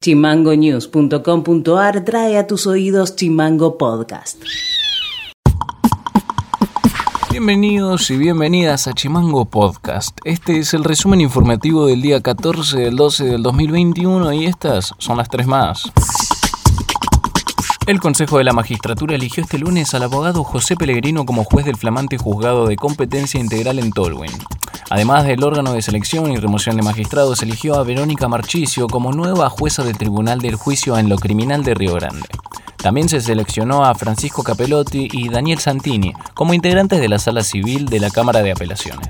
Chimangonews.com.ar trae a tus oídos Chimango Podcast. Bienvenidos y bienvenidas a Chimango Podcast. Este es el resumen informativo del día 14 del 12 del 2021 y estas son las tres más. El Consejo de la Magistratura eligió este lunes al abogado José Pellegrino como juez del flamante juzgado de competencia integral en Tolwyn. Además del órgano de selección y remoción de magistrados, eligió a Verónica Marchisio como nueva jueza del Tribunal del Juicio en lo Criminal de Río Grande. También se seleccionó a Francisco Capelotti y Daniel Santini como integrantes de la Sala Civil de la Cámara de Apelaciones.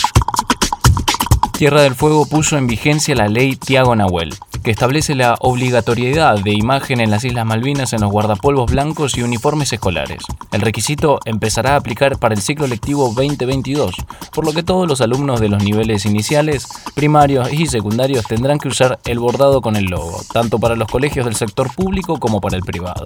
Tierra del Fuego puso en vigencia la ley Tiago Nahuel, que establece la obligatoriedad de imagen en las Islas Malvinas en los guardapolvos blancos y uniformes escolares. El requisito empezará a aplicar para el ciclo lectivo 2022, por lo que todos los alumnos de los niveles iniciales, primarios y secundarios tendrán que usar el bordado con el logo, tanto para los colegios del sector público como para el privado.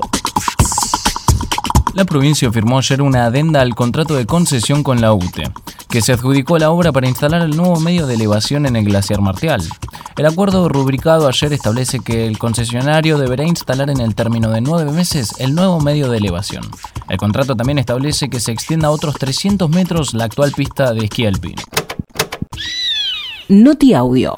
La provincia firmó ayer una adenda al contrato de concesión con la UTE, que se adjudicó la obra para instalar el nuevo medio de elevación en el glaciar Martial. El acuerdo rubricado ayer establece que el concesionario deberá instalar en el término de 9 meses el nuevo medio de elevación. El contrato también establece que se extienda a otros 300 metros la actual pista de esquí alpino. Noti Audio.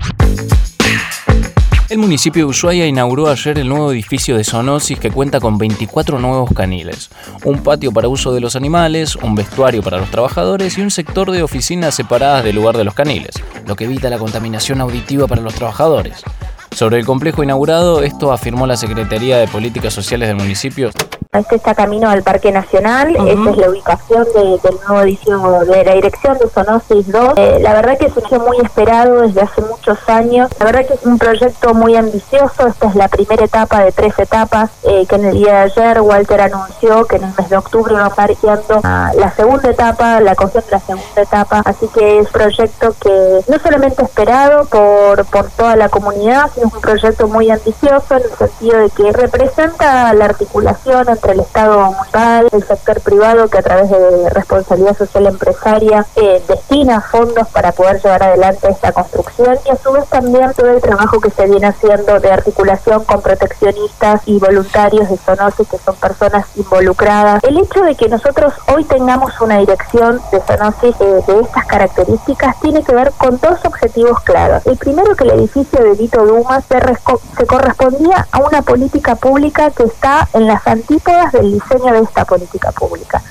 El municipio de Ushuaia inauguró ayer el nuevo edificio de zoonosis que cuenta con 24 nuevos caniles, un patio para uso de los animales, un vestuario para los trabajadores y un sector de oficinas separadas del lugar de los caniles, lo que evita la contaminación auditiva para los trabajadores. Sobre el complejo inaugurado, esto afirmó la Secretaría de Políticas Sociales del municipio. Este está camino al Parque Nacional, esta es la ubicación del nuevo edificio de la dirección de Zoonosis 2. La verdad que es un proyecto muy esperado desde hace muchos años, la verdad que es un proyecto muy ambicioso. Esta es la primera etapa de 3 etapas, que en el día de ayer Walter anunció que en el mes de octubre va a estar iniciando la segunda etapa, la construcción de la segunda etapa, así que es un proyecto que no solamente esperado por toda la comunidad, sino es un proyecto muy ambicioso en el sentido de que representa la articulación entre el Estado municipal, el sector privado que a través de responsabilidad social empresaria destina fondos para poder llevar adelante esta construcción, y a su vez también todo el trabajo que se viene haciendo de articulación con proteccionistas y voluntarios de zoonosis, que son personas involucradas. El hecho de que nosotros hoy tengamos una dirección de zoonosis de estas características tiene que ver con 2 objetivos claros. El primero, que el edificio de Lito Dumas se correspondía a una política pública que está en las antípodas del diseño de esta política pública.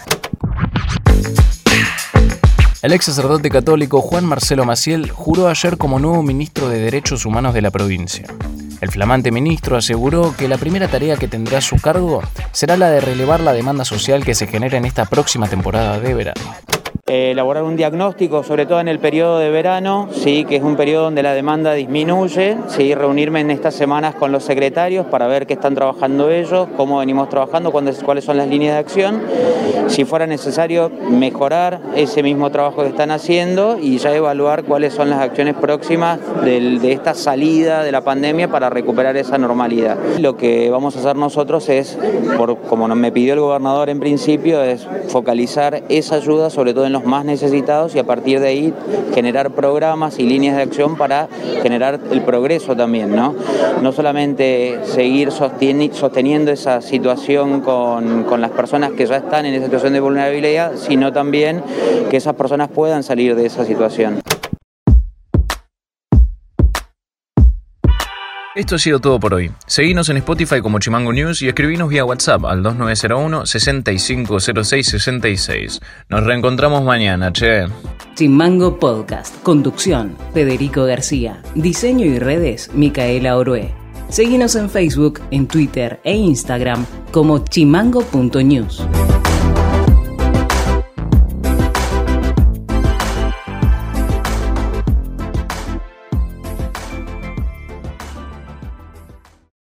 El ex sacerdote católico Juan Marcelo Maciel juró ayer como nuevo ministro de Derechos Humanos de la provincia. El flamante ministro aseguró que la primera tarea que tendrá a su cargo será la de relevar la demanda social que se genera en esta próxima temporada de verano. Elaborar un diagnóstico, sobre todo en el periodo de verano, sí, que es un periodo donde la demanda disminuye, sí, reunirme en estas semanas con los secretarios para ver qué están trabajando ellos, cómo venimos trabajando, cuáles son las líneas de acción, si fuera necesario mejorar ese mismo trabajo que están haciendo y ya evaluar cuáles son las acciones próximas de esta salida de la pandemia para recuperar esa normalidad. Lo que vamos a hacer nosotros es, como me pidió el gobernador en principio, es focalizar esa ayuda sobre todo en los más necesitados y a partir de ahí generar programas y líneas de acción para generar el progreso también, ¿no? No solamente seguir sosteniendo esa situación con las personas que ya están en esa situación de vulnerabilidad, sino también que esas personas puedan salir de esa situación. Esto ha sido todo por hoy. Seguinos en Spotify como Chimango News y escribinos vía WhatsApp al 2901-650666. Nos reencontramos mañana, che. Chimango Podcast. Conducción, Federico García. Diseño y redes, Micaela Orué. Seguinos en Facebook, en Twitter e Instagram como chimango.news.